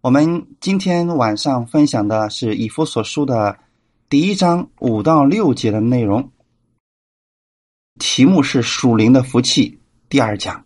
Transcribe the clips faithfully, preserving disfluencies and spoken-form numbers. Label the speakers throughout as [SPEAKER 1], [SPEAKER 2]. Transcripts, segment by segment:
[SPEAKER 1] 我们今天晚上分享的是以弗所书的第一章五到六节的内容，题目是属灵的福气第二讲。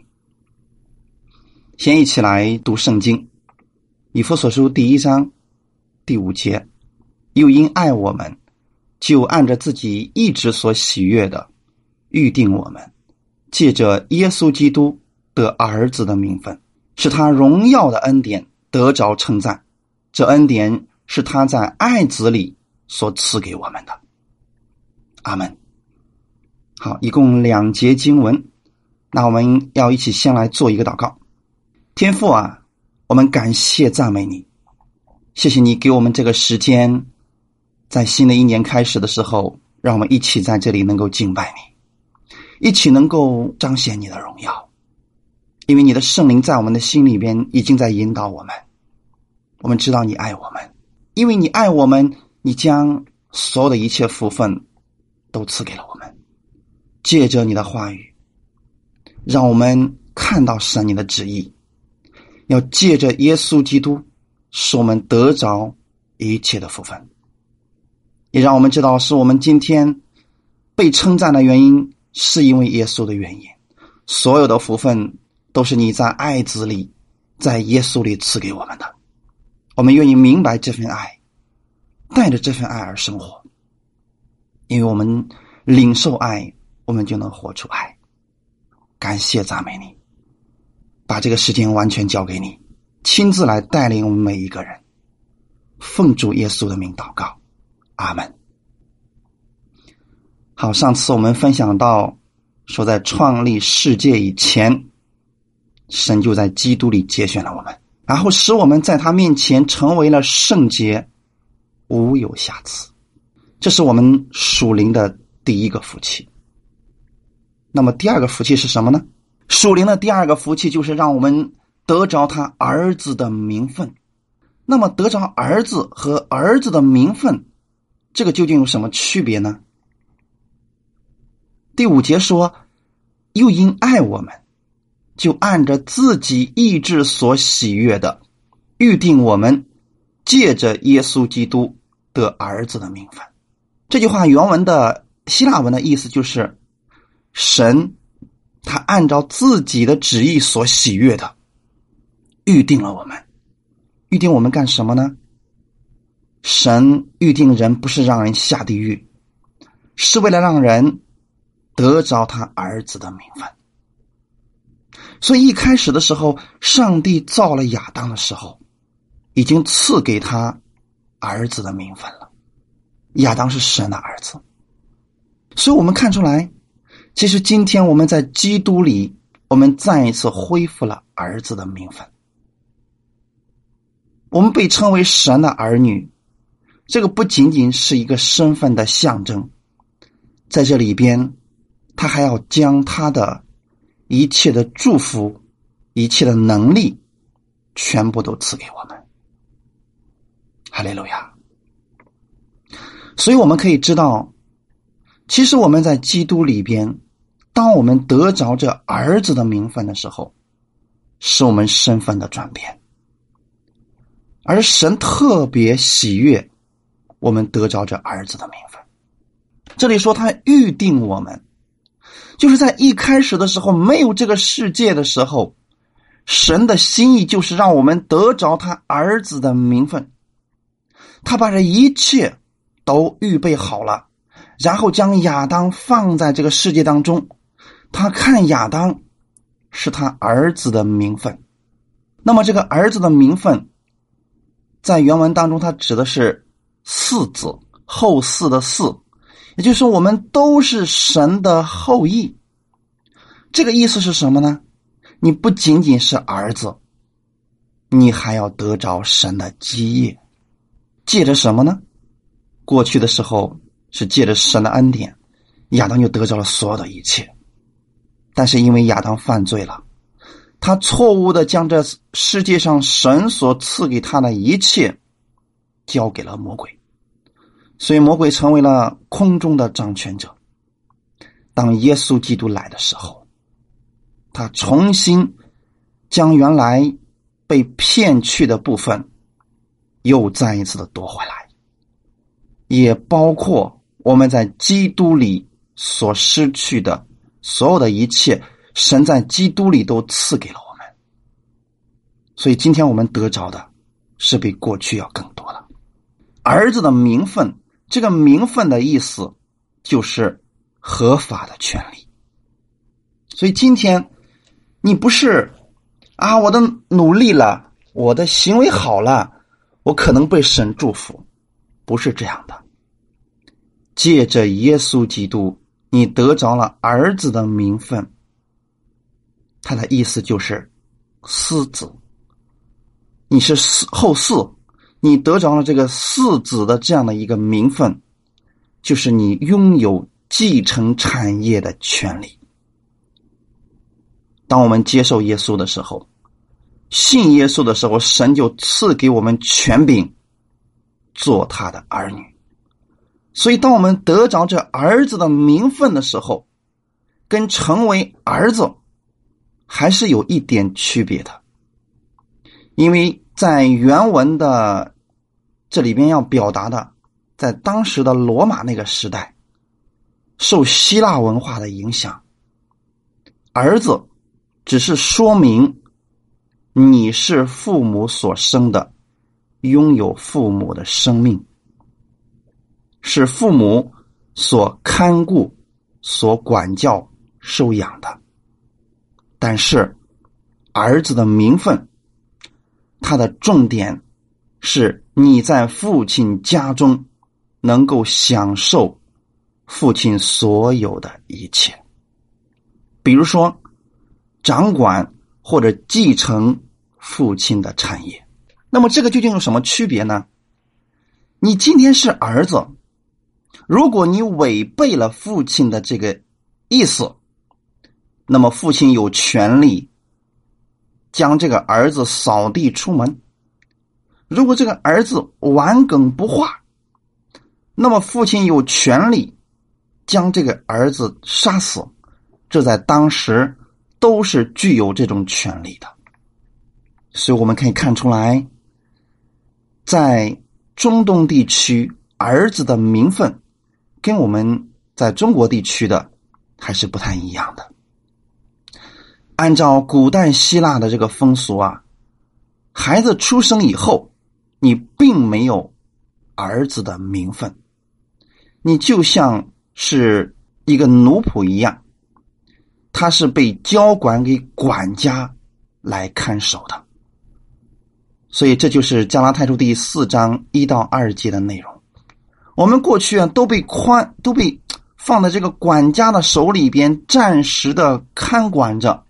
[SPEAKER 1] 先一起来读圣经，以弗所书第一章第五节，又因爱我们，就按着自己意志所喜悦的预定我们，借着耶稣基督得儿子的名分，使他荣耀的恩典得着称赞。这恩典是他在爱子里所赐给我们的。阿们。好，一共两节经文，那我们要一起先来做一个祷告。天父啊，我们感谢赞美你，谢谢你给我们这个时间，在新的一年开始的时候，让我们一起在这里能够敬拜你，一起能够彰显你的荣耀，因为你的圣灵在我们的心里边已经在引导我们。我们知道你爱我们，因为你爱我们，你将所有的一切福分都赐给了我们。借着你的话语，让我们看到神你的旨意，要借着耶稣基督使我们得着一切的福分，也让我们知道是我们今天被称赞的原因是因为耶稣的原因。所有的福分都是你在爱子里，在耶稣里赐给我们的。我们愿意明白这份爱，带着这份爱而生活，因为我们领受爱，我们就能活出爱。感谢赞美你，把这个时间完全交给你，亲自来带领我们每一个人。奉主耶稣的名祷告，阿们。好，上次我们分享到说，在创立世界以前，神就在基督里拣选了我们，然后使我们在他面前成为了圣洁，无有瑕疵。这是我们属灵的第一个福气。那么第二个福气是什么呢？属灵的第二个福气就是让我们得着他儿子的名分。那么得着儿子和儿子的名分，这个究竟有什么区别呢？第五节说，又因爱我们，就按着自己意志所喜悦的预定我们，借着耶稣基督得儿子的名分。这句话原文的希腊文的意思就是，神他按照自己的旨意所喜悦的预定了我们。预定我们干什么呢？神预定人不是让人下地狱，是为了让人得着他儿子的名分。所以一开始的时候，上帝造了亚当的时候，已经赐给他儿子的名分了。亚当是神的儿子。所以我们看出来，其实今天我们在基督里，我们再一次恢复了儿子的名分。我们被称为神的儿女，这个不仅仅是一个身份的象征，在这里边他还要将他的一切的祝福，一切的能力全部都赐给我们。哈利路亚。所以我们可以知道，其实我们在基督里边，当我们得着这儿子的名分的时候，是我们身份的转变。而神特别喜悦我们得着这儿子的名分。这里说他预定我们，就是在一开始的时候，没有这个世界的时候，神的心意就是让我们得着他儿子的名分。他把这一切都预备好了，然后将亚当放在这个世界当中，他看亚当是他儿子的名分。那么这个儿子的名分在原文当中，它指的是嗣子，后嗣的嗣，也就是说我们都是神的后裔。这个意思是什么呢？你不仅仅是儿子，你还要得着神的基业。借着什么呢？过去的时候是借着神的恩典，亚当就得着了所有的一切。但是因为亚当犯罪了，他错误的将这世界上神所赐给他的一切交给了魔鬼，所以魔鬼成为了空中的掌权者。当耶稣基督来的时候，他重新将原来被骗去的部分又再一次的夺回来，也包括我们在基督里所失去的所有的一切，神在基督里都赐给了我们。所以今天我们得着的是比过去要更多了。儿子的名分，这个名分的意思就是合法的权利。所以今天你不是啊，我的努力了，我的行为好了，我可能被神祝福，不是这样的。借着耶稣基督，你得着了儿子的名分，他的意思就是嗣子，你是后嗣，你得着了这个嗣子的这样的一个名分，就是你拥有继承产业的权利。当我们接受耶稣的时候，信耶稣的时候，神就赐给我们权柄做他的儿女。所以当我们得着这儿子的名分的时候，跟成为儿子还是有一点区别的。因为在原文的这里边要表达的，在当时的罗马那个时代，受希腊文化的影响，儿子只是说明你是父母所生的，拥有父母的生命，是父母所看顾、所管教、收养的。但是儿子的名分，它的重点是你在父亲家中能够享受父亲所有的一切，比如说掌管或者继承父亲的产业。那么这个究竟有什么区别呢？你今天是儿子，如果你违背了父亲的这个意思，那么父亲有权利将这个儿子扫地出门。如果这个儿子顽梗不化，那么父亲有权利将这个儿子杀死。这在当时都是具有这种权利的。所以我们可以看出来，在中东地区，儿子的名分跟我们在中国地区的还是不太一样的。按照古代希腊的这个风俗啊，孩子出生以后，你并没有儿子的名分，你就像是一个奴仆一样，他是被交管给管家来看守的。所以这就是加拉太书第四章一到二节的内容。我们过去啊都被宽都被放在这个管家的手里边，暂时的看管着，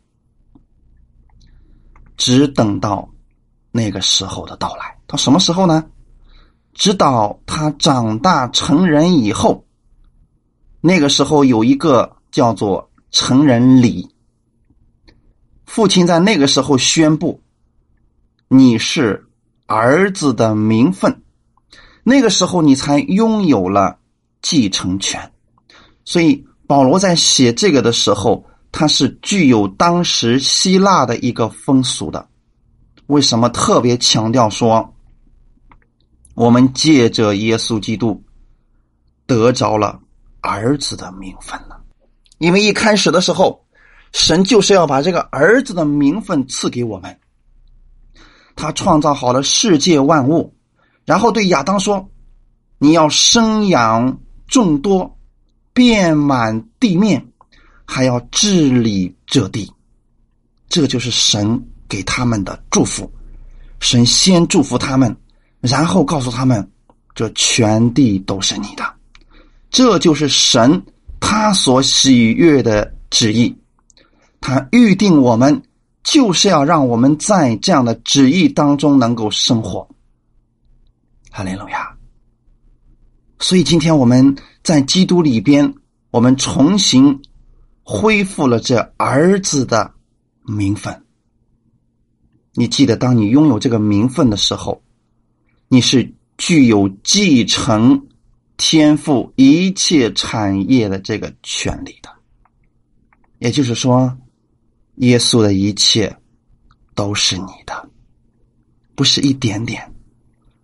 [SPEAKER 1] 只等到那个时候的到来。到什么时候呢？直到他长大成人以后，那个时候有一个叫做成人礼，父亲在那个时候宣布你是儿子的名分，那个时候你才拥有了继承权。所以保罗在写这个的时候，他是具有当时希腊的一个风俗的。为什么特别强调说我们借着耶稣基督得着了儿子的名分呢？因为一开始的时候，神就是要把这个儿子的名分赐给我们。他创造好了世界万物，然后对亚当说，你要生养众多，遍满地面，还要治理这地。这就是神给他们的祝福。神先祝福他们，然后告诉他们，这全地都是你的。这就是神他所喜悦的旨意。他预定我们就是要让我们在这样的旨意当中能够生活。哈利路亚。所以今天我们在基督里边，我们重新恢复了这儿子的名分。你记得当你拥有这个名分的时候，你是具有继承天父一切产业的这个权利的。也就是说，耶稣的一切都是你的，不是一点点，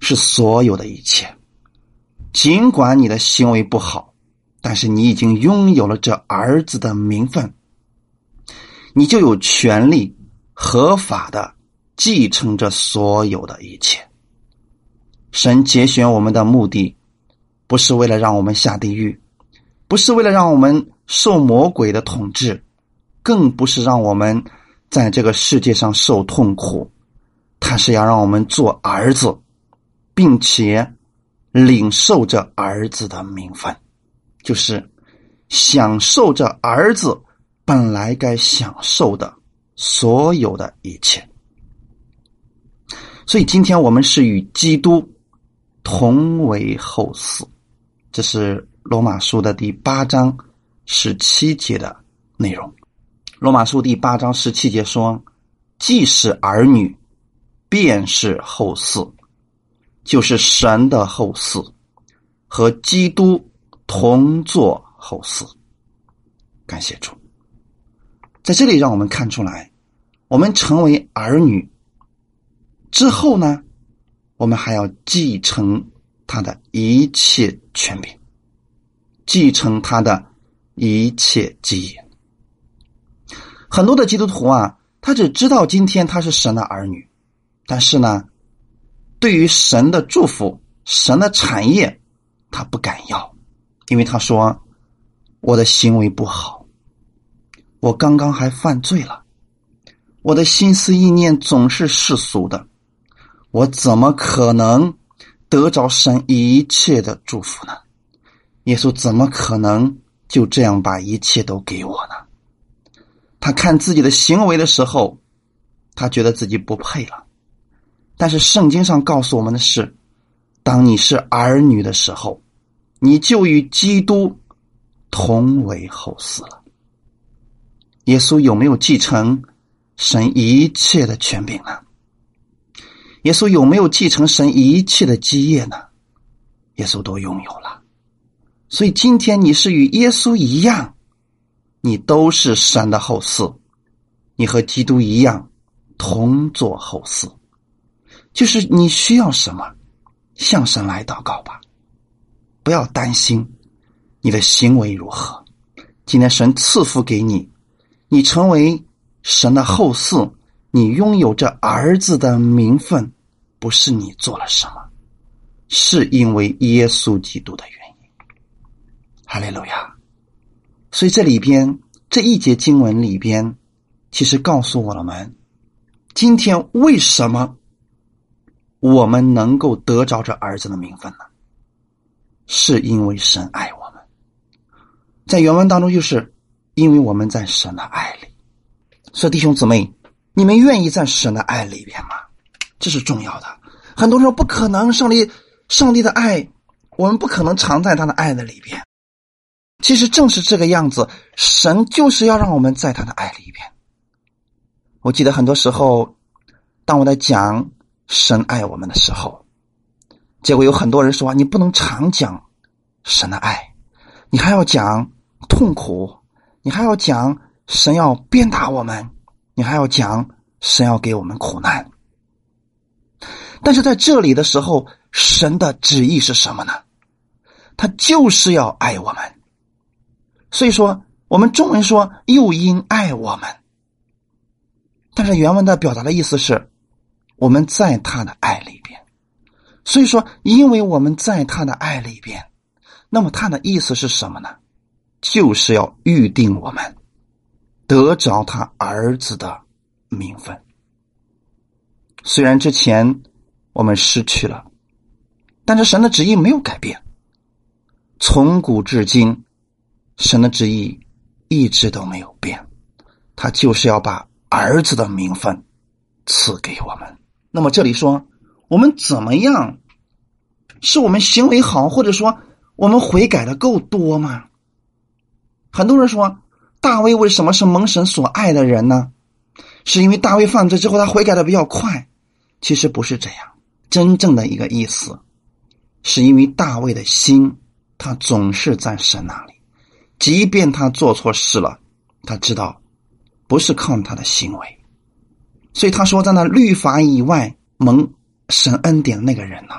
[SPEAKER 1] 是所有的一切。尽管你的行为不好，但是你已经拥有了这儿子的名分，你就有权利合法的继承这所有的一切。神拣选我们的目的，不是为了让我们下地狱，不是为了让我们受魔鬼的统治，更不是让我们在这个世界上受痛苦，他是要让我们做儿子，并且领受这儿子的名分，就是享受这儿子本来该享受的所有的一切。所以今天我们是与基督同为后嗣，这是罗马书的第八章十七节的内容。罗马书第八章十七节说，既是儿女，便是后嗣，就是神的后嗣，和基督同作后嗣。感谢主。在这里让我们看出来，我们成为儿女之后呢，我们还要继承他的一切权柄，继承他的一切基业。很多的基督徒啊，他只知道今天他是神的儿女，但是呢，对于神的祝福、神的产业，他不敢要，因为他说，我的行为不好，我刚刚还犯罪了，我的心思意念总是世俗的，我怎么可能得着神一切的祝福呢？耶稣怎么可能就这样把一切都给我呢？他看自己的行为的时候，他觉得自己不配了。但是圣经上告诉我们的是，当你是儿女的时候，你就与基督同为后嗣了。耶稣有没有继承神一切的权柄呢？耶稣有没有继承神一切的基业呢？耶稣都拥有了。所以今天你是与耶稣一样，你都是神的后嗣，你和基督一样同作后嗣。就是你需要什么，向神来祷告吧，不要担心你的行为如何。今天神赐福给你，你成为神的后嗣，你拥有这儿子的名分，不是你做了什么，是因为耶稣基督的原因。哈利路亚。所以这里边这一节经文里边，其实告诉我们，今天为什么我们能够得着这儿子的名分呢？是因为神爱我们。在原文当中就是因为我们在神的爱里。所以弟兄姊妹，你们愿意在神的爱里边吗？这是重要的。很多人说不可能，上帝上帝的爱，我们不可能常在他的爱的里边。其实正是这个样子，神就是要让我们在他的爱里边。我记得很多时候，当我在讲神爱我们的时候，结果有很多人说，你不能常讲神的爱，你还要讲痛苦，你还要讲神要鞭打我们，你还要讲神要给我们苦难。但是在这里的时候，神的旨意是什么呢？他就是要爱我们。所以说我们中文说又因爱我们，但是原文的表达的意思是我们在他的爱里边。所以说因为我们在他的爱里边，那么他的意思是什么呢？就是要预定我们得着他儿子的名分。虽然之前我们失去了，但是神的旨意没有改变，从古至今神的旨意一直都没有变，他就是要把儿子的名分赐给我们。那么这里说我们怎么样，是我们行为好，或者说我们悔改的够多吗？很多人说大卫为什么是蒙神所爱的人呢？是因为大卫犯罪之后他悔改的比较快。其实不是这样，真正的一个意思是因为大卫的心他总是在神那里，即便他做错事了，他知道不是靠他的行为。所以他说在那律法以外蒙神恩典的那个人呢、啊，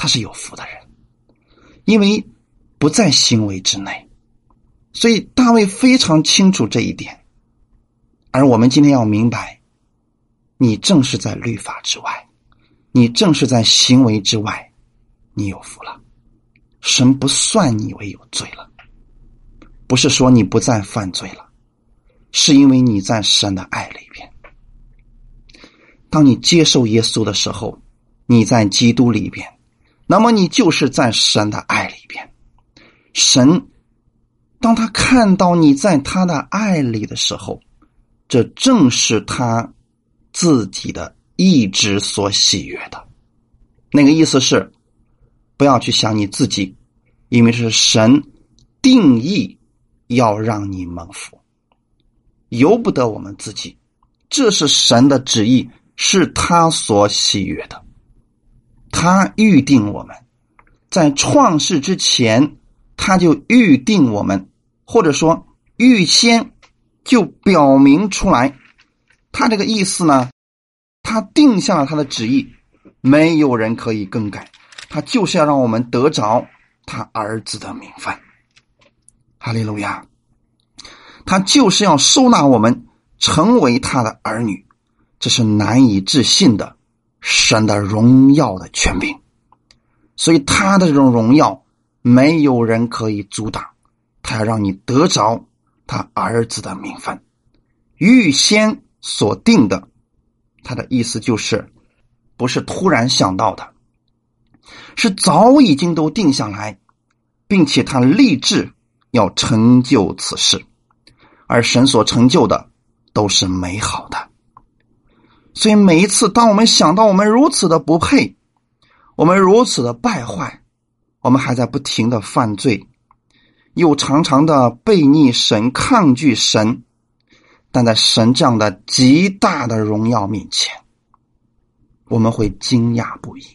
[SPEAKER 1] 他是有福的人，因为不在行为之内。所以大卫非常清楚这一点。而我们今天要明白，你正是在律法之外，你正是在行为之外，你有福了。神不算你为有罪了，不是说你不再犯罪了，是因为你在神的爱里边。当你接受耶稣的时候，你在基督里边，那么你就是在神的爱里边。神当他看到你在他的爱里的时候，这正是他自己的意志所喜悦的。那个意思是，不要去想你自己，因为是神定义要让你蒙福，由不得我们自己，这是神的旨意，是他所喜悦的。他预定我们，在创世之前，他就预定我们，或者说预先就表明出来。他这个意思呢，他定下了他的旨意，没有人可以更改，他就是要让我们得着他儿子的名分。哈利路亚！他就是要收纳我们成为他的儿女，这是难以置信的神的荣耀的权柄。所以他的这种荣耀没有人可以阻挡，他要让你得着他儿子的名分，预先所定的。他的意思就是不是突然想到的，是早已经都定下来，并且他立志要成就此事，而神所成就的都是美好的。所以每一次当我们想到我们如此的不配，我们如此的败坏，我们还在不停的犯罪，又常常的背逆神，抗拒神，但在神这样的极大的荣耀面前，我们会惊讶不已。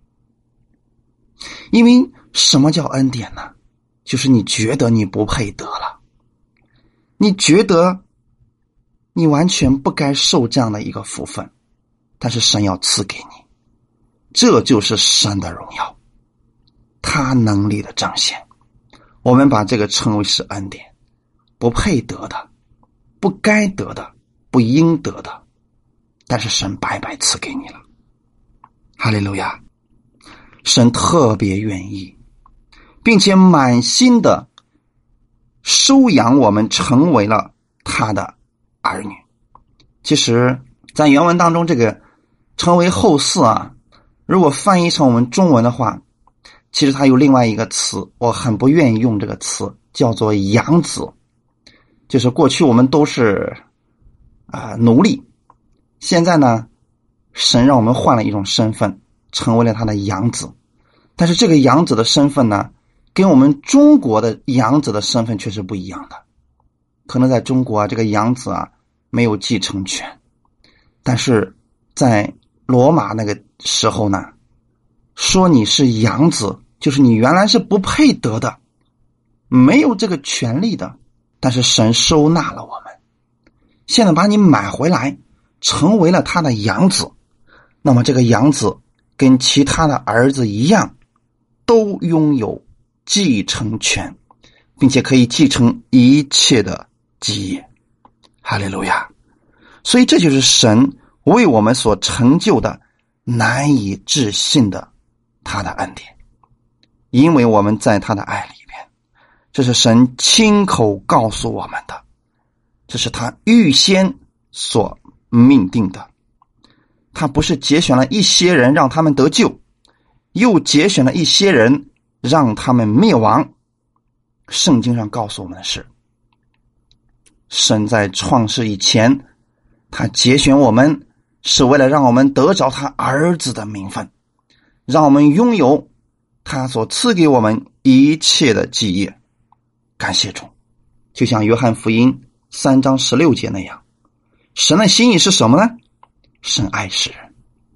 [SPEAKER 1] 因为什么叫恩典呢？就是你觉得你不配得了，你觉得你完全不该受这样的一个福分，但是神要赐给你，这就是神的荣耀，他能力的彰显。我们把这个称为是恩典，不配得的，不该得的，不应得的，但是神白白赐给你了。哈利路亚！神特别愿意，并且满心的收养我们，成为了他的儿女。其实在原文当中，这个成为后嗣啊，如果翻译成我们中文的话，其实它有另外一个词，我很不愿意用这个词，叫做养子。就是过去我们都是啊、呃、奴隶，现在呢，神让我们换了一种身份，成为了他的养子。但是这个养子的身份呢，跟我们中国的养子的身份却是不一样的。可能在中国啊，这个养子啊没有继承权，但是在罗马那个时候呢，说你是养子，就是你原来是不配得的，没有这个权利的，但是神收纳了我们，现在把你买回来，成为了他的养子。那么这个养子跟其他的儿子一样，都拥有继承权，并且可以继承一切的基业。哈利路亚！所以这就是神为我们所成就的难以置信的他的恩典，因为我们在他的爱里边，这是神亲口告诉我们的，这是他预先所命定的。他不是节选了一些人让他们得救，又节选了一些人让他们灭亡。圣经上告诉我们的是，神在创世以前，他节选我们是为了让我们得着他儿子的名分，让我们拥有他所赐给我们一切的基业。感谢主！就像约翰福音三章十六节那样，神的心意是什么呢？神爱世人，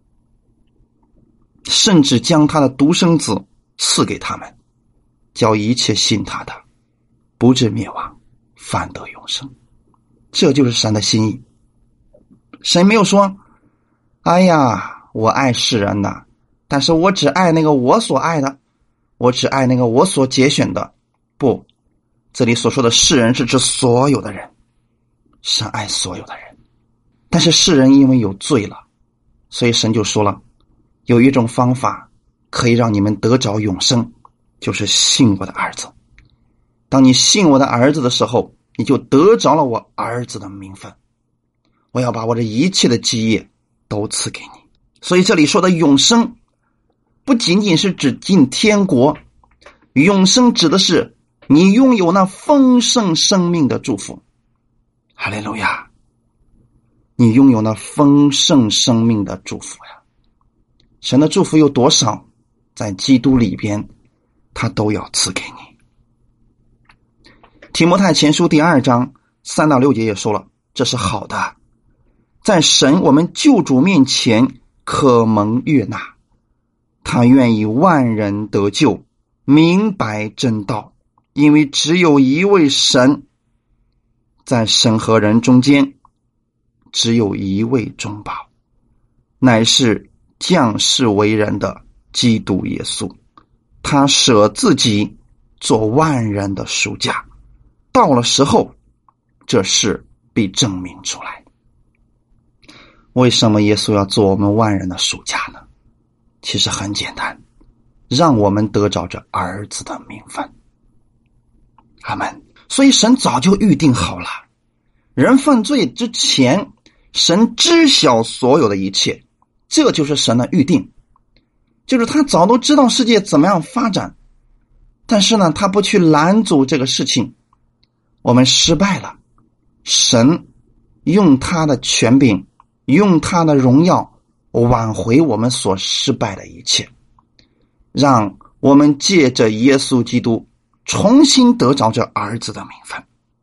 [SPEAKER 1] 甚至将他的独生子赐给他们，叫一切信他的不至灭亡，反得永生。这就是神的心意。神没有说，哎呀，我爱世人呐， 但是我只爱那个我所爱的，我只爱那个我所拣选的。不，这里所说的世人是指所有的人，神爱所有的人。但是世人因为有罪了，所以神就说了，有一种方法可以让你们得着永生，就是信我的儿子。当你信我的儿子的时候，你就得着了我儿子的名分。我要把我这一切的基业都赐给你。所以这里说的永生不仅仅是指进天国，永生指的是你拥有那丰盛生命的祝福。哈利路亚，你拥有那丰盛生命的祝福呀！神的祝福有多少，在基督里边他都要赐给你。提摩太前书第二章三到六节也说了，这是好的，在神我们救主面前可蒙悦纳，他愿意万人得救，明白真道，因为只有一位神，在神和人中间只有一位中保，乃是降世为人的基督耶稣，他舍自己做万人的赎价，到了时候这事必证明出来。为什么耶稣要做我们万人的赎价呢？其实很简单，让我们得着这儿子的名分。阿们。所以神早就预定好了，人犯罪之前，神知晓所有的一切，这就是神的预定。就是他早都知道世界怎么样发展，但是呢，他不去拦阻这个事情。我们失败了，神用他的权柄，用他的荣耀挽回我们所失败的一切，让我们借着耶稣基督重新得着这儿子的名分。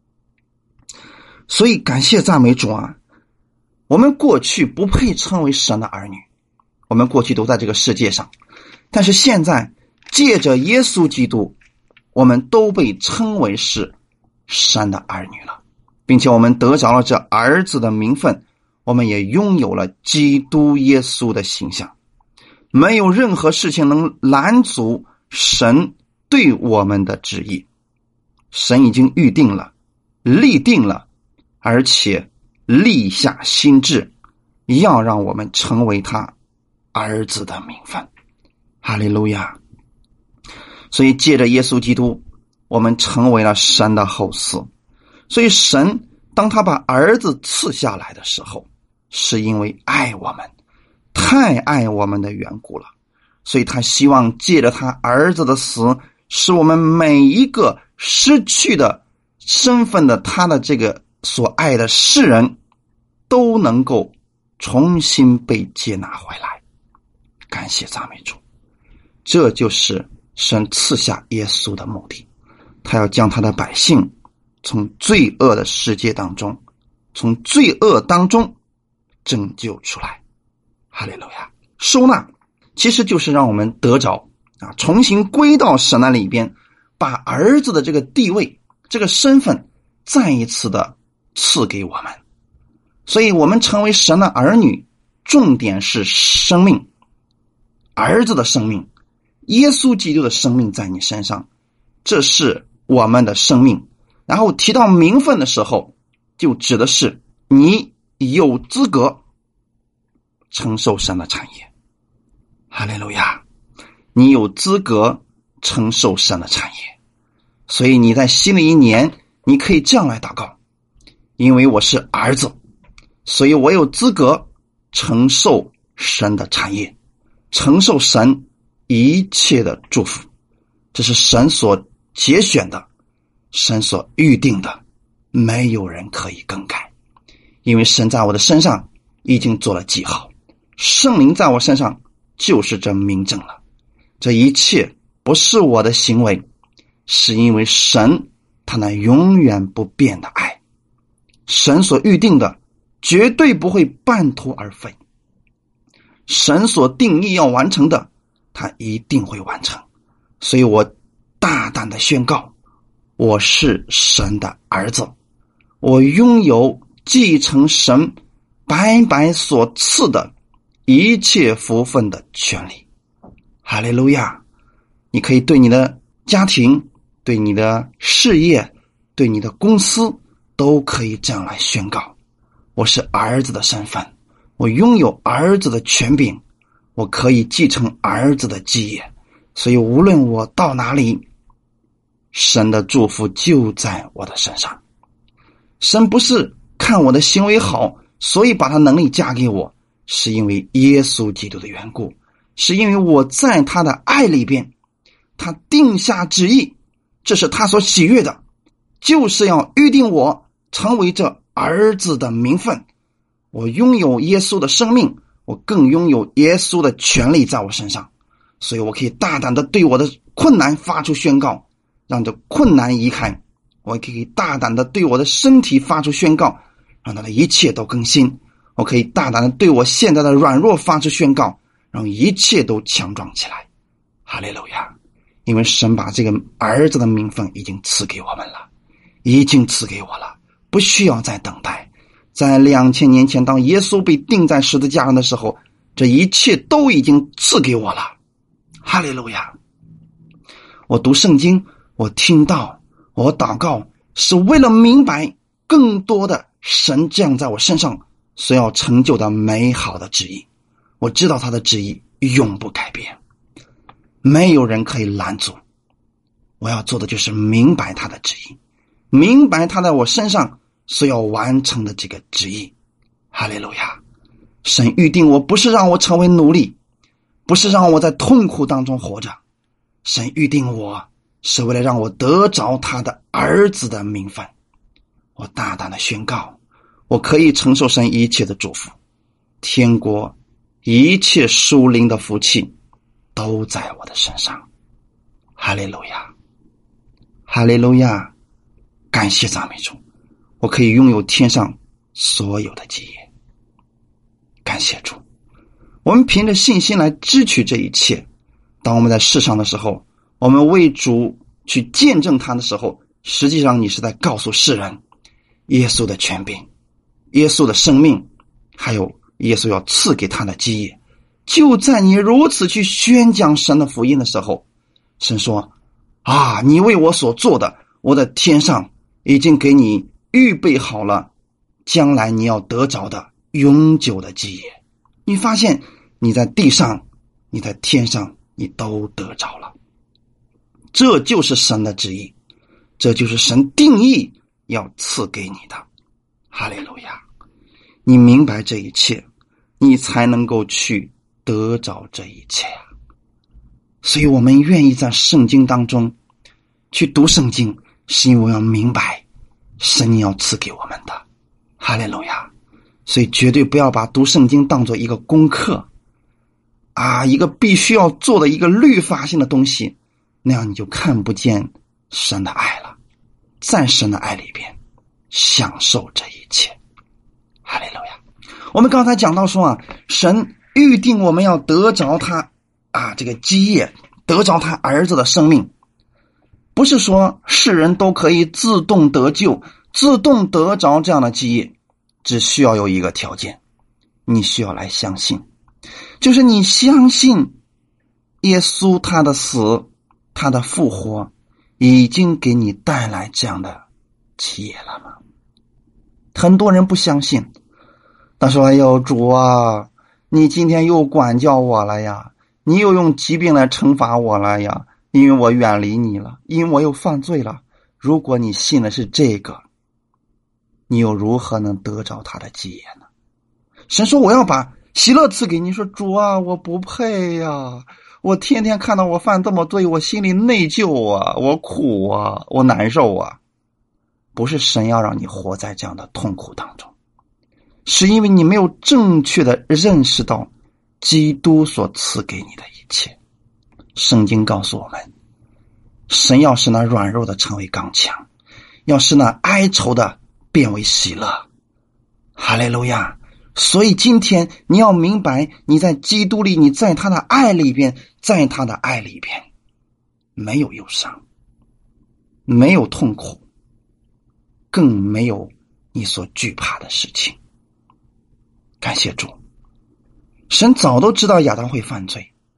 [SPEAKER 1] 所以感谢赞美主啊！我们过去不配称为神的儿女，我们过去都在这个世界上，但是现在借着耶稣基督，我们都被称为是神的儿女了，并且我们得着了这儿子的名分，我们也拥有了基督耶稣的形象。没有任何事情能拦阻神对我们的旨意，神已经预定了，立定了，而且立下心志，要让我们成为他儿子的名分。哈利路亚！所以借着耶稣基督，我们成为了神的后嗣。所以神当他把儿子赐下来的时候，是因为爱我们，太爱我们的缘故了。所以他希望借着他儿子的死，使我们每一个失去的身份的他的这个所爱的世人，都能够重新被接纳回来。感谢赞美主！这就是神赐下耶稣的目的，他要将他的百姓从罪恶的世界当中，从罪恶当中拯救出来。哈利路亚！收纳其实就是让我们得着啊，重新归到神那里边，把儿子的这个地位，这个身份再一次的赐给我们。所以我们成为神的儿女，重点是生命，儿子的生命，耶稣基督的生命在你身上，这是我们的生命。然后提到名分的时候，就指的是你有资格承受神的产业。哈利路亚！你有资格承受神的产业。所以你在新的一年，你可以这样来祷告，因为我是儿子，所以我有资格承受神的产业，承受神一切的祝福。这是神所节选的，神所预定的，没有人可以更改。因为神在我的身上已经做了记号，圣灵在我身上就是这明证了。这一切不是我的行为，是因为神他那永远不变的爱，神所预定的绝对不会半途而废，神所定义要完成的，他一定会完成。所以我大胆的宣告，我是神的儿子，我拥有继承神白白所赐的一切福分的权利。 哈利路亚！你可以对你的家庭、对你的事业、对你的公司都可以这样来宣告：我是儿子的身份，我拥有儿子的权柄，我可以继承儿子的基业，所以无论我到哪里，神的祝福就在我的身上。神不是看我的行为好，所以把他能力加给我，是因为耶稣基督的缘故，是因为我在他的爱里边，他定下旨意，这是他所喜悦的，就是要预定我成为这儿子的名分。我拥有耶稣的生命，我更拥有耶稣的权利在我身上，所以我可以大胆的对我的困难发出宣告，让这困难移开。我可以大胆的对我的身体发出宣告，让他的一切都更新。我可以大胆的对我现在的软弱发出宣告，让一切都强壮起来。哈利路亚！因为神把这个儿子的名分已经赐给我们了，已经赐给我了，不需要再等待。在两千年前，当耶稣被钉在十字架上的时候，这一切都已经赐给我了。哈利路亚！我读圣经，我听到，我祷告，是为了明白更多的神这样在我身上所要成就的美好的旨意。我知道他的旨意永不改变，没有人可以拦阻。我要做的就是明白他的旨意，明白他在我身上所要完成的这个旨意。哈利路亚！神预定我不是让我成为奴隶，不是让我在痛苦当中活着，神预定我是为了让我得着他的儿子的名分。我大胆的宣告，我可以承受神一切的祝福，天国一切属灵的福气都在我的身上。哈利路亚，哈利路亚！感谢赞美主，我可以拥有天上所有的基业。感谢主，我们凭着信心来支取这一切。当我们在世上的时候，我们为主去见证他的时候，实际上你是在告诉世人耶稣的权柄，耶稣的生命，还有耶稣要赐给他的基业。就在你如此去宣讲神的福音的时候，神说啊，你为我所做的，我在天上已经给你预备好了，将来你要得着的永久的基业。你发现你在地上，你在天上，你都得着了。这就是神的旨意，这就是神定义要赐给你的。哈利路亚！你明白这一切，你才能够去得着这一切呀。所以我们愿意在圣经当中去读圣经，是因为我要明白神要赐给我们的。哈利路亚！所以绝对不要把读圣经当作一个功课啊，一个必须要做的一个律法性的东西，那样你就看不见神的爱了。在神的爱里边享受这一切。哈利路亚！我们刚才讲到说啊，神预定我们要得着他啊这个基业，得着他儿子的生命。不是说世人都可以自动得救，自动得着这样的基业，只需要有一个条件，你需要来相信，就是你相信耶稣他的死，他的复活已经给你带来这样的基业了吗？很多人不相信，他说哎呦主啊，你今天又管教我了呀，你又用疾病来惩罚我了呀，因为我远离你了，因为我又犯罪了。如果你信的是这个，你又如何能得着他的基业呢？神说我要把喜乐赐给你，说主啊，我不配呀，我天天看到我犯这么罪，我心里内疚啊，我苦啊，我难受啊。不是神要让你活在这样的痛苦当中，是因为你没有正确的认识到基督所赐给你的一切。圣经告诉我们，神要使那软弱的成为刚强，要使那哀愁的变为喜乐。哈利路亚！所以今天你要明白，你在基督里，你在他的爱里边，在他的爱里边没有忧伤，没有痛苦，更没有你所惧怕的事情。感谢主，神早都知道亚当会犯罪，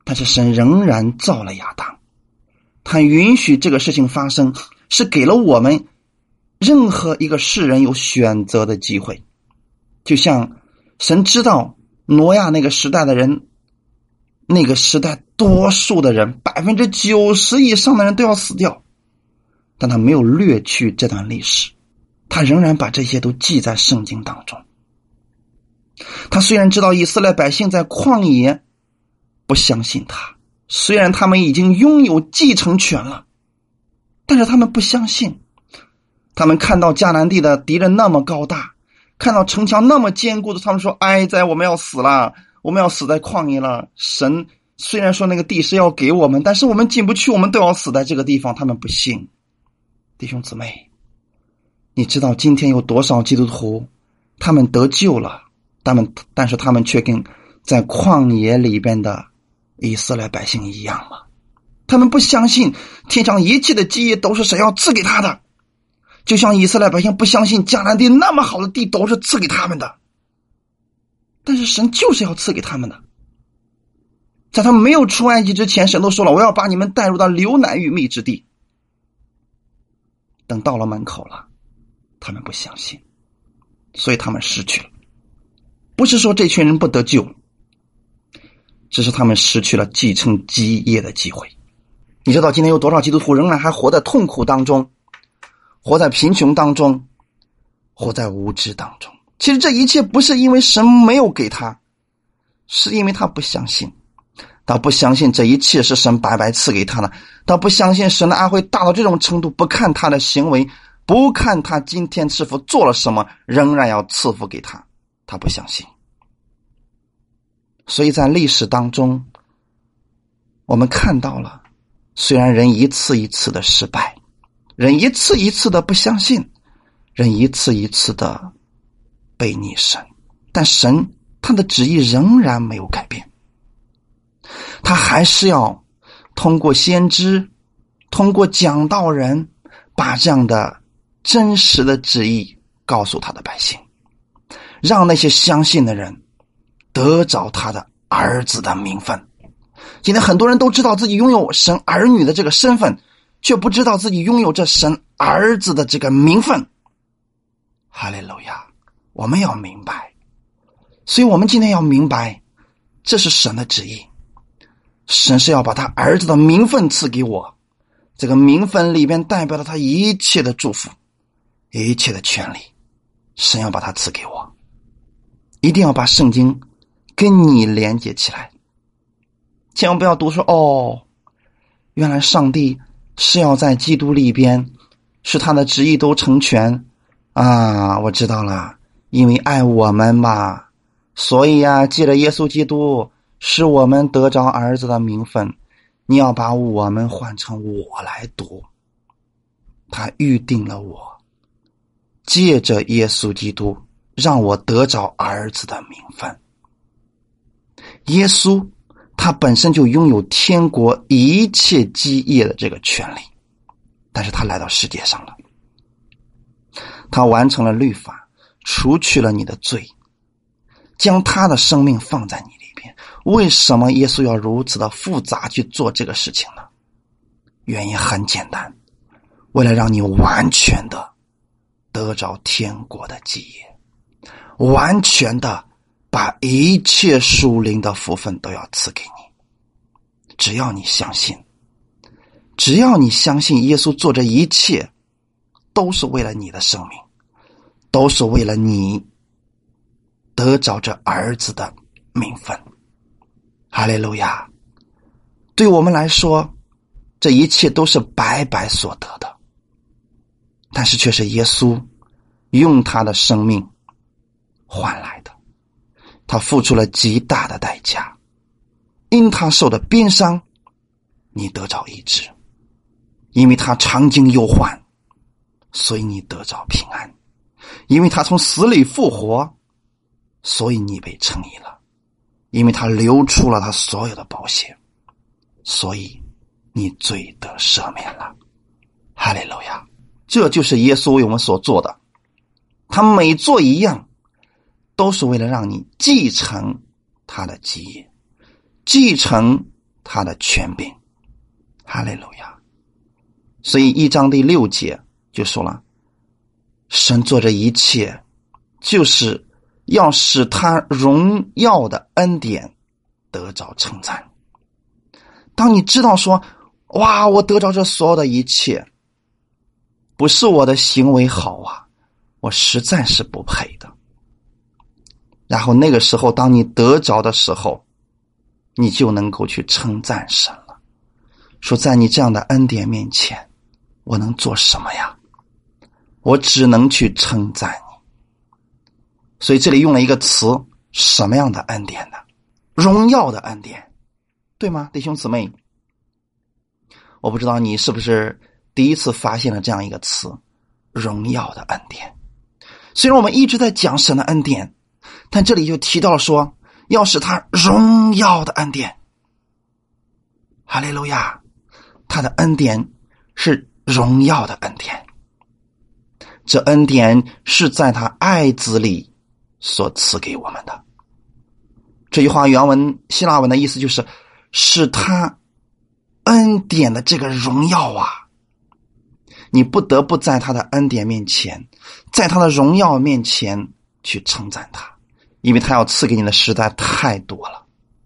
[SPEAKER 1] 但是神仍然造了亚当，他允许这个事情发生，是给了我们任何一个世人有选择的机会。就像神知道挪亚那个时代的人，那个时代多数的人，百分之九十以上的人都要死掉，但他没有略去这段历史，他仍然把这些都记在圣经当中。他虽然知道以色列百姓在旷野不相信他，虽然他们已经拥有继承权了，但是他们不相信。他们看到迦南地的敌人那么高大，看到城墙那么坚固的，他们说哀哉，我们要死了，我们要死在旷野了。神虽然说那个地是要给我们，但是我们进不去，我们都要死在这个地方。他们不信。弟兄姊妹，你知道今天有多少基督徒他们得救了，他们但是他们却跟在旷野里边的以色列百姓一样吗？他们不相信天上一切的基业都是神要赐给他的，就像以色列百姓不相信迦南地那么好的地都是赐给他们的，但是神就是要赐给他们的。在他们没有出埃及之前，神都说了，我要把你们带入到流奶与蜜之地。等到了门口了，他们不相信，所以他们失去了。不是说这群人不得救，只是他们失去了继承基业的机会。你知道今天有多少基督徒仍然还活在痛苦当中，活在贫穷当中，活在无知当中。其实这一切不是因为神没有给他，是因为他不相信。他不相信这一切是神白白赐给他的，他不相信神的爱会大到这种程度，不看他的行为，不看他今天是否做了什么，仍然要赐福给他，他不相信。所以在历史当中我们看到了，虽然人一次一次的失败，人一次一次的不相信，人一次一次的背逆神，但神他的旨意仍然没有改变，他还是要通过先知，通过讲道人，把这样的真实的旨意告诉他的百姓，让那些相信的人得着他的儿子的名分。今天很多人都知道自己拥有神儿女的这个身份，却不知道自己拥有这神儿子的这个名分。哈利路亚！我们要明白，所以我们今天要明白，这是神的旨意。神是要把他儿子的名分赐给我，这个名分里边代表了他一切的祝福，一切的权利，神要把它赐给我。一定要把圣经跟你连接起来，千万不要读说哦，原来上帝是要在基督里边使他的旨意都成全啊！我知道了，因为爱我们嘛，所以啊，借着耶稣基督使我们得着儿子的名分。你要把我们换成我来读，他预定了我，借着耶稣基督让我得着儿子的名分。耶稣他本身就拥有天国一切基业的这个权利，但是他来到世界上了，他完成了律法，除去了你的罪，将他的生命放在你里边。为什么耶稣要如此的复杂去做这个事情呢？原因很简单，为了让你完全的得着天国的基业，完全的把一切属灵的福分都要赐给你。只要你相信，只要你相信耶稣做这一切都是为了你的生命，都是为了你得着这儿子的名分。哈利路亚！对我们来说，这一切都是白白所得的，但是却是耶稣用他的生命换来的，他付出了极大的代价，因他受的鞭伤，你得着医治；因为他常经忧患，所以你得着平安；因为他从死里复活，所以你被称义了；因为他流出了他所有的宝血，所以你罪得赦免了。哈利路亚！这就是耶稣为我们所做的，他每做一样都是为了让你继承他的基业，继承他的权柄。哈利路亚。所以一章第六节就说了，神做这一切就是要使他荣耀的恩典得着称赞。当你知道说，哇，我得着这所有的一切不是我的行为好啊，我实在是不配的。然后那个时候当你得着的时候，你就能够去称赞神了，说在你这样的恩典面前我能做什么呀？我只能去称赞你。所以这里用了一个词，什么样的恩典呢？荣耀的恩典，对吗？弟兄姊妹，我不知道你是不是第一次发现了这样一个词，荣耀的恩典。虽然我们一直在讲神的恩典，但这里就提到了说，要使他荣耀的恩典。哈利路亚，他的恩典是荣耀的恩典。这恩典是在他爱子里所赐给我们的。这句话原文希腊文的意思就是是他恩典的这个荣耀啊，你不得不在他的恩典面前，在他的荣耀面前去称赞他，因为他要赐给你的实在太多了。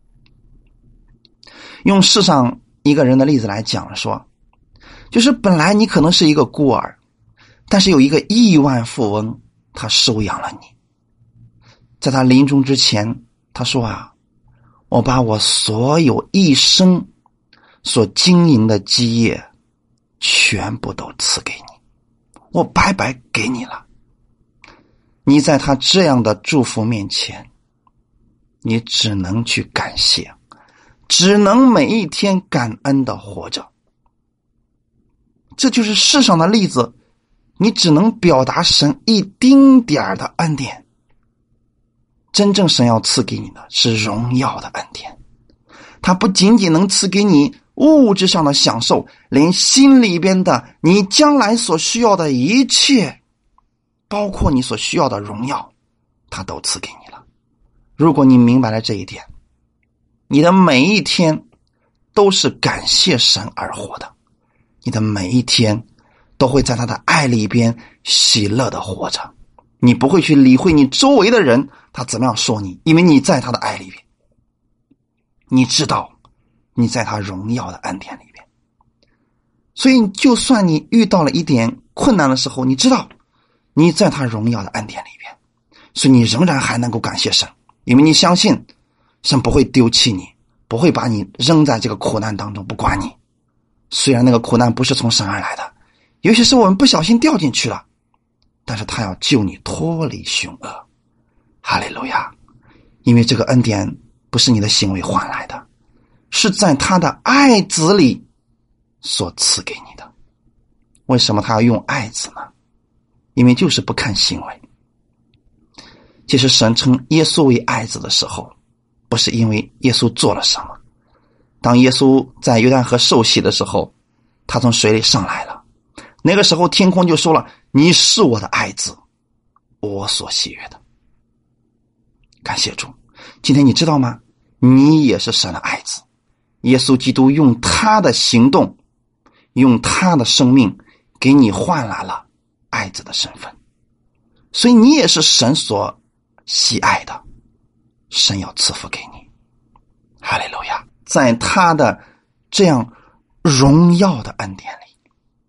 [SPEAKER 1] 用世上一个人的例子来讲说，就是本来你可能是一个孤儿，但是有一个亿万富翁，他收养了你。在他临终之前，他说啊，我把我所有一生所经营的基业全部都赐给你，我白白给你了。你在他这样的祝福面前，你只能去感谢，只能每一天感恩的活着。这就是世上的例子，你只能表达神一丁点的恩典。真正神要赐给你的是荣耀的恩典，他不仅仅能赐给你物质上的享受，连心里边的你将来所需要的一切，包括你所需要的荣耀，他都赐给你了。如果你明白了这一点，你的每一天都是感谢神而活的，你的每一天都会在他的爱里边喜乐的活着，你不会去理会你周围的人他怎么样说你，因为你在他的爱里边，你知道你在他荣耀的恩典里边。所以就算你遇到了一点困难的时候，你知道你在他荣耀的恩典里边，所以你仍然还能够感谢神，因为你相信神不会丢弃你，不会把你扔在这个苦难当中不管你。虽然那个苦难不是从神而来的，有些时候我们不小心掉进去了，但是他要救你脱离凶恶。哈利路亚！因为这个恩典不是你的行为换来的，是在他的爱子里所赐给你的。为什么他要用爱子呢？因为就是不看行为。其实神称耶稣为爱子的时候，不是因为耶稣做了什么。当耶稣在约旦河受洗的时候，他从水里上来了，那个时候天空就说了，你是我的爱子，我所喜悦的。感谢主，今天你知道吗？你也是神的爱子，耶稣基督用他的行动，用他的生命给你换来了爱子的身份，所以你也是神所喜爱的，神要赐福给你。哈利路亚！在他的这样荣耀的恩典里，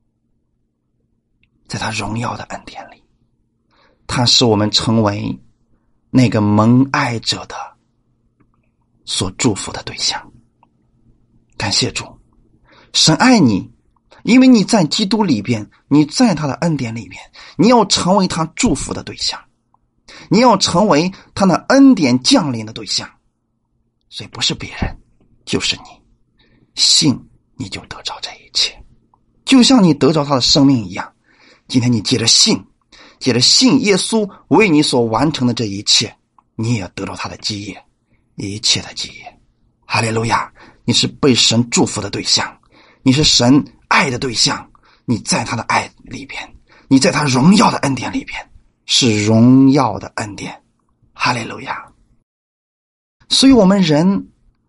[SPEAKER 1] 在他荣耀的恩典里，他使我们成为那个蒙爱者的所祝福的对象。感谢主，神爱你，因为你在基督里边，你在他的恩典里边，你要成为他祝福的对象，你要成为他的恩典降临的对象。所以不是别人，就是你，信你就得着这一切，就像你得着他的生命一样。今天你借着信，借着信耶稣为你所完成的这一切，你也得到他的基业，一切的基业。哈利路亚！你是被神祝福的对象，你是神爱的对象，你在他的爱里边，你在他荣耀的恩典里边，是荣耀的恩典。哈利路亚！所以我们人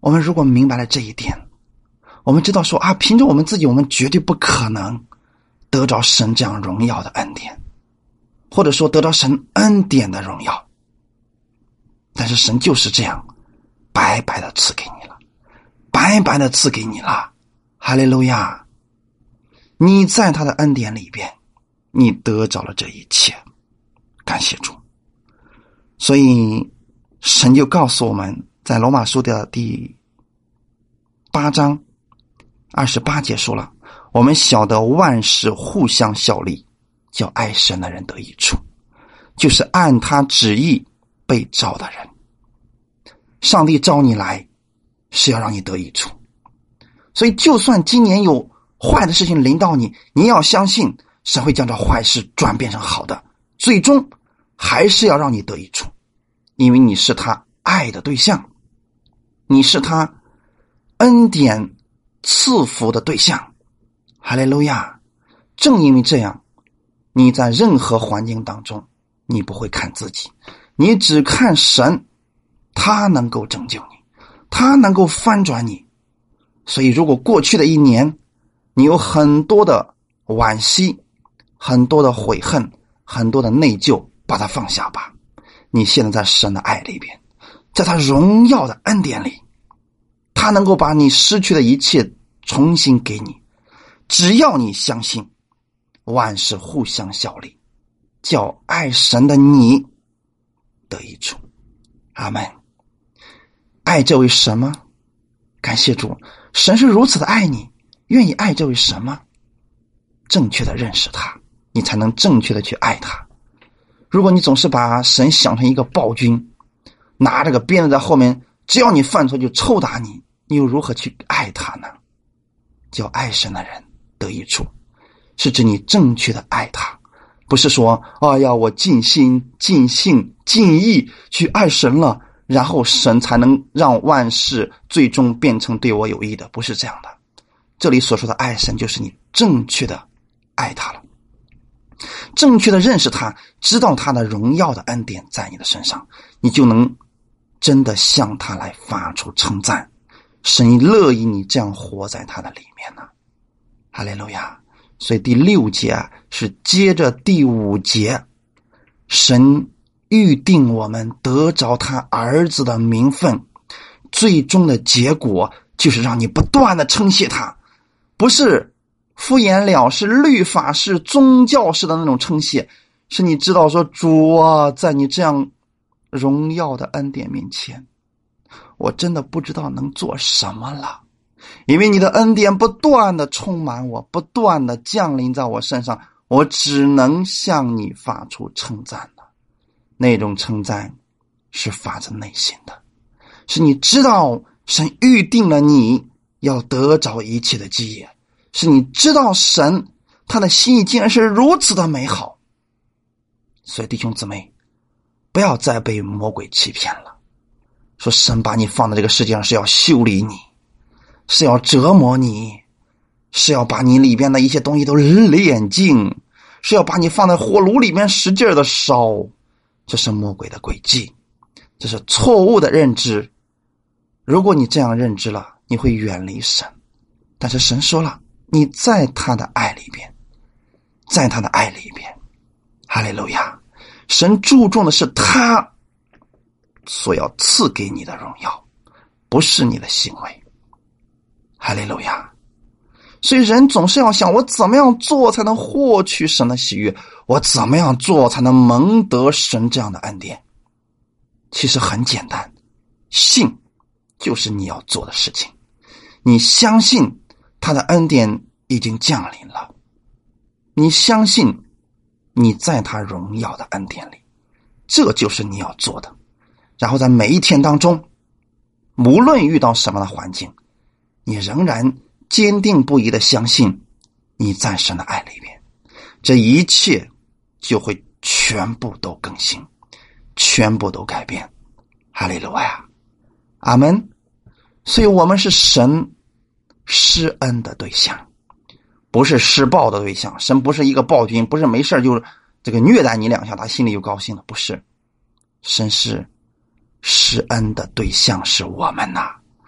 [SPEAKER 1] 我们如果明白了这一点，我们知道说啊，凭着我们自己，我们绝对不可能得着神这样荣耀的恩典，或者说得着神恩典的荣耀。但是神就是这样白白的赐给你了，白白的赐给你了，哈利路亚！你在他的恩典里边，你得着了这一切，感谢主。所以神就告诉我们，在罗马书的第八章二十八节说了，我们晓得万事互相效力，叫爱神的人得益处，就是按他旨意被召的人。上帝召你来是要让你得益处，所以就算今年有坏的事情临到你，你要相信神会将这坏事转变成好的，最终还是要让你得益处，因为你是他爱的对象，你是他恩典赐福的对象，哈利路亚！正因为这样，你在任何环境当中，你不会看自己，你只看神，他能够拯救你，他能够翻转你。所以如果过去的一年你有很多的惋惜，很多的悔恨，很多的内疚，把它放下吧。你现在在神的爱里边，在他荣耀的恩典里，他能够把你失去的一切重新给你。只要你相信，万事互相效力，叫爱神的你得益处。阿们。爱这位神吗？感谢主，神是如此的爱你，愿意爱这位神吗？正确的认识他，你才能正确的去爱他。如果你总是把神想成一个暴君，拿着个鞭子在后面，只要你犯错就抽打你，你又如何去爱他呢？叫爱神的人得益处，是指你正确的爱他，不是说哎呀我尽心尽性尽意去爱神了，然后神才能让万事最终变成对我有益的，不是这样的。这里所说的爱神，就是你正确的爱他了，正确的认识他，知道他的荣耀的恩典在你的身上，你就能真的向他来发出称赞。神乐意你这样活在他的里面呢，哈利路亚！所以第六节是接着第五节，神预定我们得着他儿子的名分，最终的结果就是让你不断的称谢他，不是敷衍了事、律法式、宗教式的那种称谢，是你知道说主啊，在你这样荣耀的恩典面前，我真的不知道能做什么了，因为你的恩典不断的充满我，不断的降临在我身上，我只能向你发出称赞了。那种称赞是发自内心的，是你知道神预定了你要得着一切的基业，是你知道神他的心意竟然是如此的美好。所以弟兄姊妹，不要再被魔鬼欺骗了，说神把你放在这个世界上是要修理你，是要折磨你，是要把你里边的一些东西都炼净，是要把你放在火炉里面使劲的烧。这是魔鬼的诡计，这是错误的认知。如果你这样认知了，你会远离神。但是神说了，你在他的爱里边，在他的爱里边，哈利路亚！神注重的是他所要赐给你的荣耀，不是你的行为，哈利路亚！所以人总是要想，我怎么样做才能获取神的喜悦，我怎么样做才能蒙得神这样的恩典。其实很简单，信就是你要做的事情，你相信他的恩典已经降临了，你相信你在他荣耀的恩典里，这就是你要做的。然后在每一天当中，无论遇到什么的环境，你仍然坚定不移的相信你在神的爱里边，这一切就会全部都更新，全部都改变。哈利路亚，阿们。所以我们是神施恩的对象，不是施暴的对象。神不是一个暴君，不是没事就这个虐待你两下他心里就高兴了，不是。神是施恩的对象是我们呐、啊，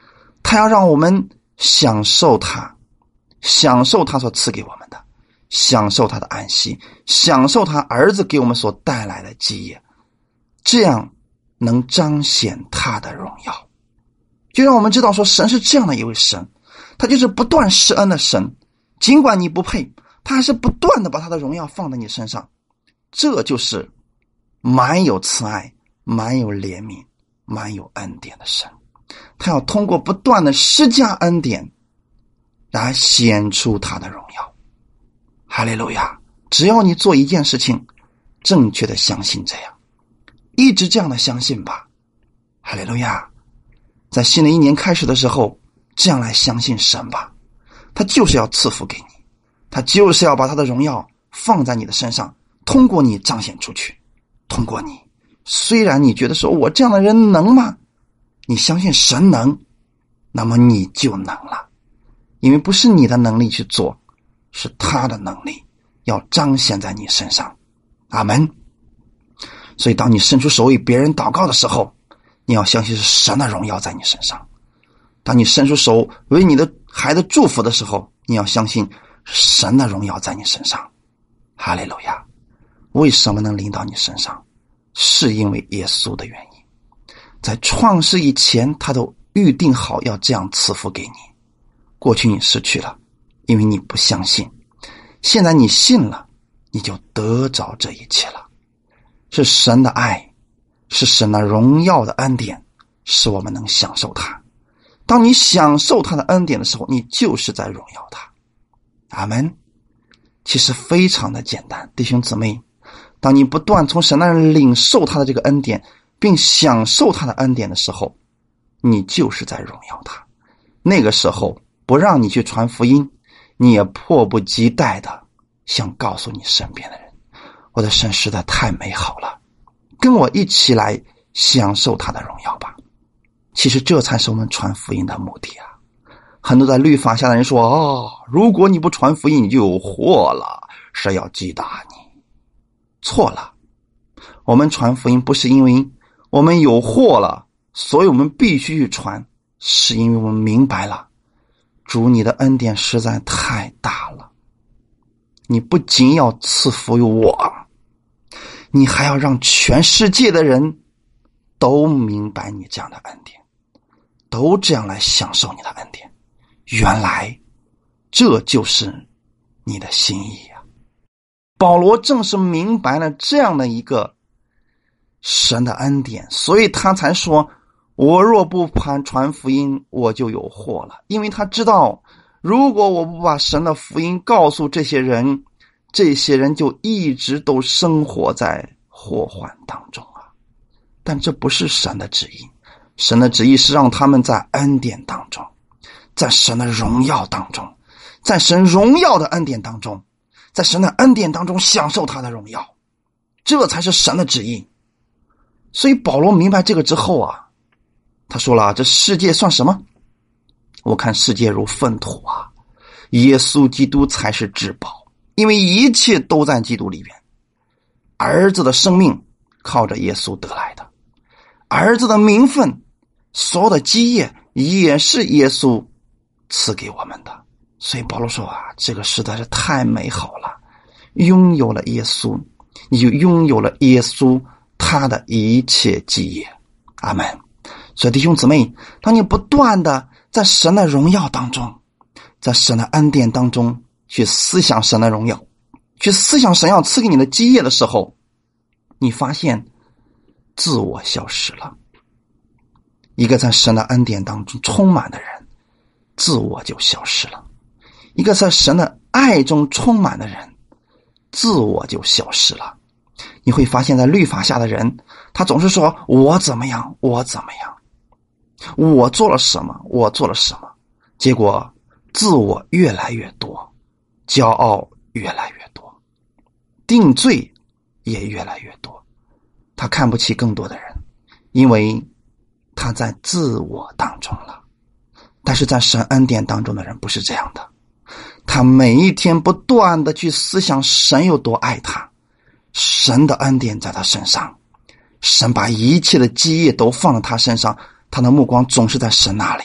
[SPEAKER 1] 他要让我们享受他，享受他所赐给我们的，享受他的安息，享受他儿子给我们所带来的基业，这样能彰显他的荣耀。就让我们知道说，神是这样的一位神，他就是不断施恩的神，尽管你不配，他还是不断的把他的荣耀放在你身上。这就是满有慈爱，满有怜悯，满有恩典的神。他要通过不断的施加恩典来显出他的荣耀。哈利路亚！只要你做一件事情，正确的相信这样，一直这样的相信吧。哈利路亚！在新的一年开始的时候，这样来相信神吧。他就是要赐福给你，他就是要把他的荣耀放在你的身上，通过你彰显出去，通过你。虽然你觉得说我这样的人能吗？你相信神能，那么你就能了。因为不是你的能力去做，是他的能力要彰显在你身上。阿们。所以当你伸出手为别人祷告的时候，你要相信是神的荣耀在你身上。当你伸出手为你的孩子祝福的时候，你要相信神的荣耀在你身上。哈利路亚！为什么能临到你身上？是因为耶稣的原因。在创世以前，他都预定好要这样赐福给你。过去你失去了，因为你不相信。现在你信了，你就得着这一切了。是神的爱，是神的荣耀的恩典，使我们能享受它。当你享受他的恩典的时候，你就是在荣耀他。阿们。其实非常的简单，弟兄姊妹，当你不断从神那里领受他的这个恩典，并享受他的恩典的时候，你就是在荣耀他。那个时候不让你去传福音，你也迫不及待的想告诉你身边的人，我的神实在太美好了，跟我一起来享受他的荣耀吧。其实这才是我们传福音的目的啊！很多在律法下的人说，哦，如果你不传福音，你就有祸了，是要击打你。错了，我们传福音不是因为我们有祸了，所以我们必须去传，是因为我们明白了，主你的恩典实在太大了。你不仅要赐福于我，你还要让全世界的人都明白你这样的恩典，都这样来享受你的恩典。原来这就是你的心意啊！保罗正是明白了这样的一个神的恩典，所以他才说，我若不传福音，我就有祸了。因为他知道，如果我不把神的福音告诉这些人，这些人就一直都生活在祸患当中啊。但这不是神的旨意，神的旨意是让他们在恩典当中，在神的荣耀当中，在神荣耀的恩典当中，在神的恩典当中享受他的荣耀，这才是神的旨意。所以保罗明白这个之后啊，他说了，这世界算什么？我看世界如粪土啊，耶稣基督才是至宝，因为一切都在基督里边。儿子的生命靠着耶稣得来的，儿子的名分，所有的基业也是耶稣赐给我们的。所以保罗说啊，这个实在是太美好了，拥有了耶稣，你就拥有了耶稣他的一切基业。阿们。所以弟兄姊妹，当你不断的在神的荣耀当中，在神的恩典当中去思想神的荣耀，去思想神要赐给你的基业的时候，你发现自我消失了。一个在神的恩典当中充满的人，自我就消失了。一个在神的爱中充满的人，自我就消失了。你会发现在律法下的人，他总是说我怎么样，我怎么样，我做了什么，我做了什么，结果自我越来越多，骄傲越来越多，定罪也越来越多。他看不起更多的人，因为他在自我当中了。但是在神恩典当中的人不是这样的，他每一天不断的去思想神有多爱他，神的恩典在他身上，神把一切的基业都放在他身上，他的目光总是在神那里，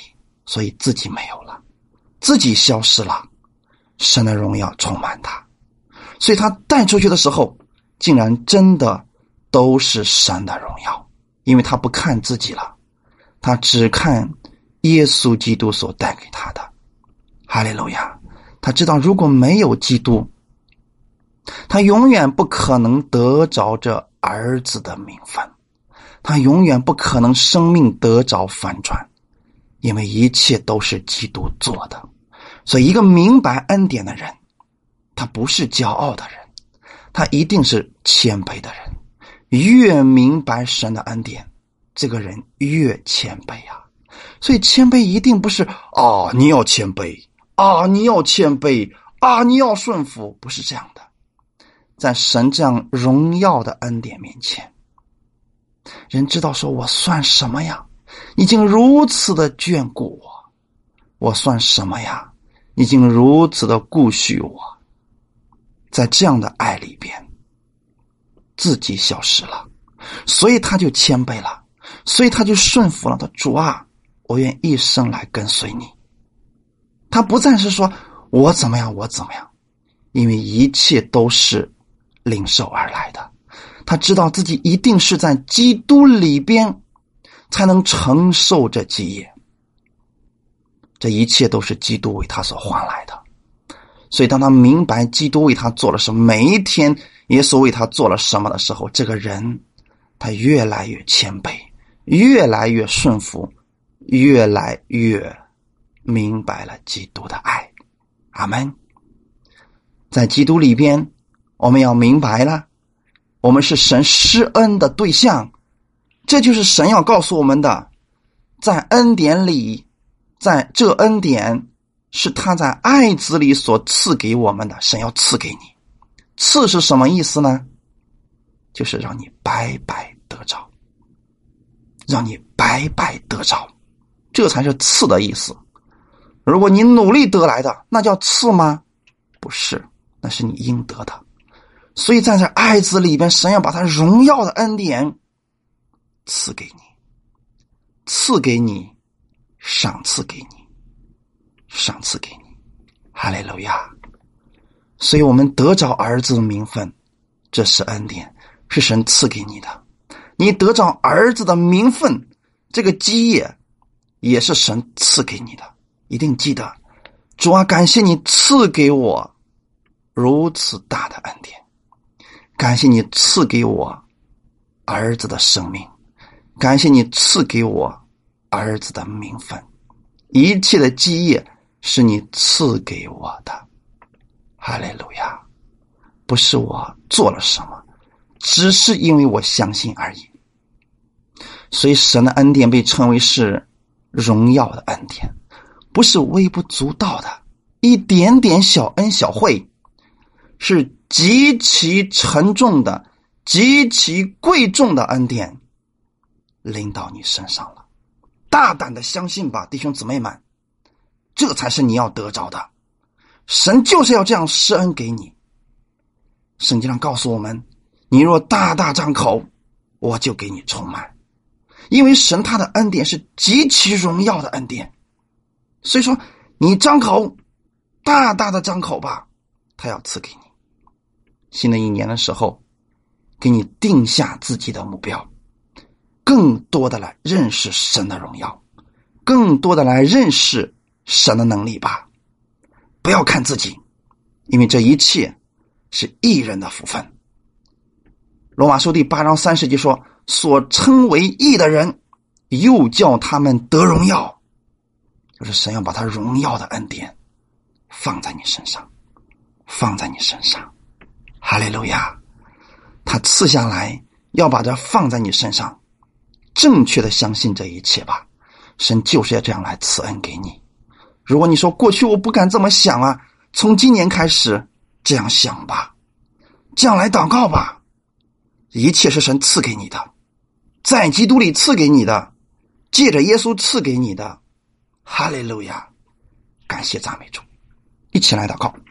[SPEAKER 1] 所以自己没有了，自己消失了，神的荣耀充满他，所以他带出去的时候，竟然真的都是神的荣耀，因为他不看自己了，他只看耶稣基督所带给他的。哈利路亚！他知道如果没有基督，他永远不可能得着这儿子的名分，他永远不可能生命得着翻转，因为一切都是基督做的。所以一个明白恩典的人，他不是骄傲的人，他一定是谦卑的人。越明白神的恩典，这个人越谦卑啊。所以谦卑一定不是啊，你要谦卑啊，你要谦卑啊，你要顺服，不是这样的。在神这样荣耀的恩典面前，人知道说，我算什么呀？已经如此的眷顾我，我算什么呀？已经如此的顾恤我。在这样的爱里边，自己消失了，所以他就谦卑了，所以他就顺服了。他主啊，我愿一生来跟随你。他不再是说我怎么样我怎么样，因为一切都是领受而来的。他知道自己一定是在基督里边才能承受这基业，这一切都是基督为他所换来的。所以当他明白基督为他做了什么，每一天耶稣为他做了什么的时候，这个人他越来越谦卑，越来越顺服，越来越明白了基督的爱。阿们。在基督里边，我们要明白了，我们是神施恩的对象，这就是神要告诉我们的。在恩典里，在这恩典是他在爱子里所赐给我们的，神要赐给你。赐是什么意思呢？就是让你白白得着，让你白白得着，这才是赐的意思。如果你努力得来的，那叫赐吗？不是，那是你应得的。所以在这爱子里边，神要把他荣耀的恩典赐给你，赐给你，赏赐给你，赏赐给你。哈利路亚！所以我们得着儿子的名分，这是恩典，是神赐给你的。你得着儿子的名分，这个基业也是神赐给你的。一定记得，主啊，感谢你赐给我如此大的恩典，感谢你赐给我儿子的生命，感谢你赐给我儿子的名分，一切的基业是你赐给我的。哈利路亚！不是我做了什么，只是因为我相信而已。所以神的恩典被称为是荣耀的恩典，不是微不足道的一点点小恩小惠，是极其沉重的、极其贵重的恩典临到你身上了。大胆的相信吧，弟兄姊妹们，这才是你要得着的。神就是要这样施恩给你。圣经上告诉我们，你若大大张口，我就给你充满。因为神他的恩典是极其荣耀的恩典，所以说你张口，大大的张口吧，他要赐给你。新的一年的时候，给你定下自己的目标，更多的来认识神的荣耀，更多的来认识神的能力吧。不要看自己，因为这一切是义人的福分。罗马书第八章三十节说，所称为义的人，又叫他们得荣耀，就是神要把他荣耀的恩典放在你身上，放在你身上。哈利路亚！他赐下来，要把这放在你身上，正确的相信这一切吧。神就是要这样来赐恩给你。如果你说过去我不敢这么想啊，从今年开始这样想吧，这样来祷告吧。一切是神赐给你的，在基督里赐给你的，借着耶稣赐给你的。哈利路亚！感谢赞美主，一起来祷告。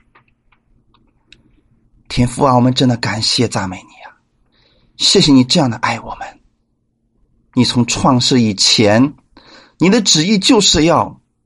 [SPEAKER 1] 天父啊，我们真的感谢赞美你啊，谢谢你这样的爱我们。你从创世以前，你的旨意就是要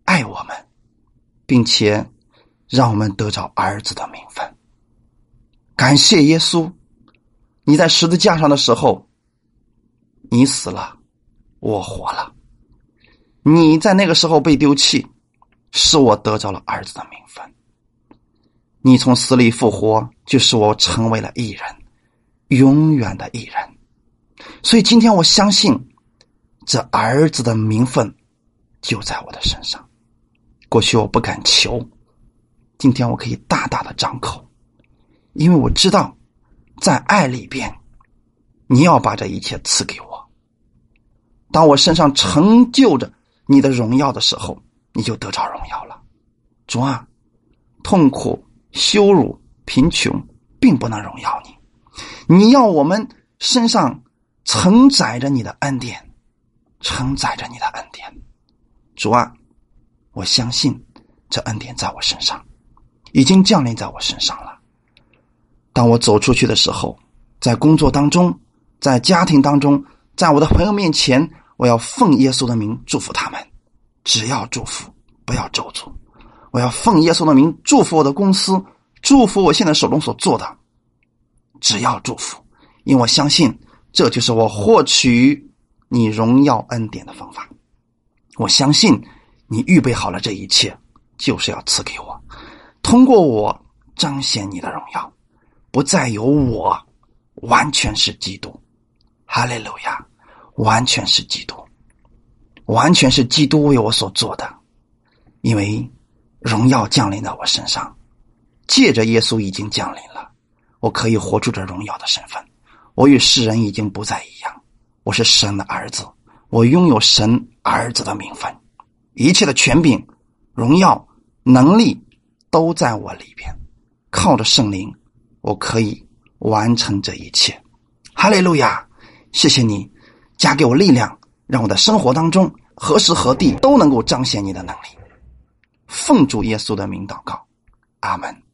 [SPEAKER 1] 爱我们，并且让我们得着儿子的名分。感谢耶稣，你在十字架上的时候，你死了，我活了。你在那个时候被丢弃，使我得着了儿子的名分。你从死里复活，就使我成为了义人，永远的义人。所以今天我相信这儿子的名分就在我的身上。过去我不敢求，今天我可以大大的张口，因为我知道在爱里边你要把这一切赐给我。当我身上成就着你的荣耀的时候，你就得着荣耀了。主啊，痛苦、羞辱、贫穷并不能荣耀你，你要我们身上承载着你的恩典，承载着你的恩典。主啊，我相信这恩典在我身上，已经降临在我身上了。当我走出去的时候，在工作当中，在家庭当中，在我的朋友面前，我要奉耶稣的名祝福他们，只要祝福，不要咒诅。我要奉耶稣的名祝福我的公司，祝福我现在手中所做的，只要祝福，因为我相信这就是我获取你荣耀恩典的方法。我相信你预备好了这一切，就是要赐给我，通过我彰显你的荣耀，不再有我，完全是基督。哈利路亚，完全是基督，完全是基督为我所做的。因为荣耀降临在我身上，借着耶稣已经降临了，我可以活出这荣耀的身份。我与世人已经不再一样，我是神的儿子，我拥有神儿子的名分，一切的权柄、荣耀、能力都在我里边。靠着圣灵，我可以完成这一切。哈利路亚，谢谢你加给我力量，让我的生活当中何时何地都能够彰显你的能力。奉主耶稣的名祷告，阿们。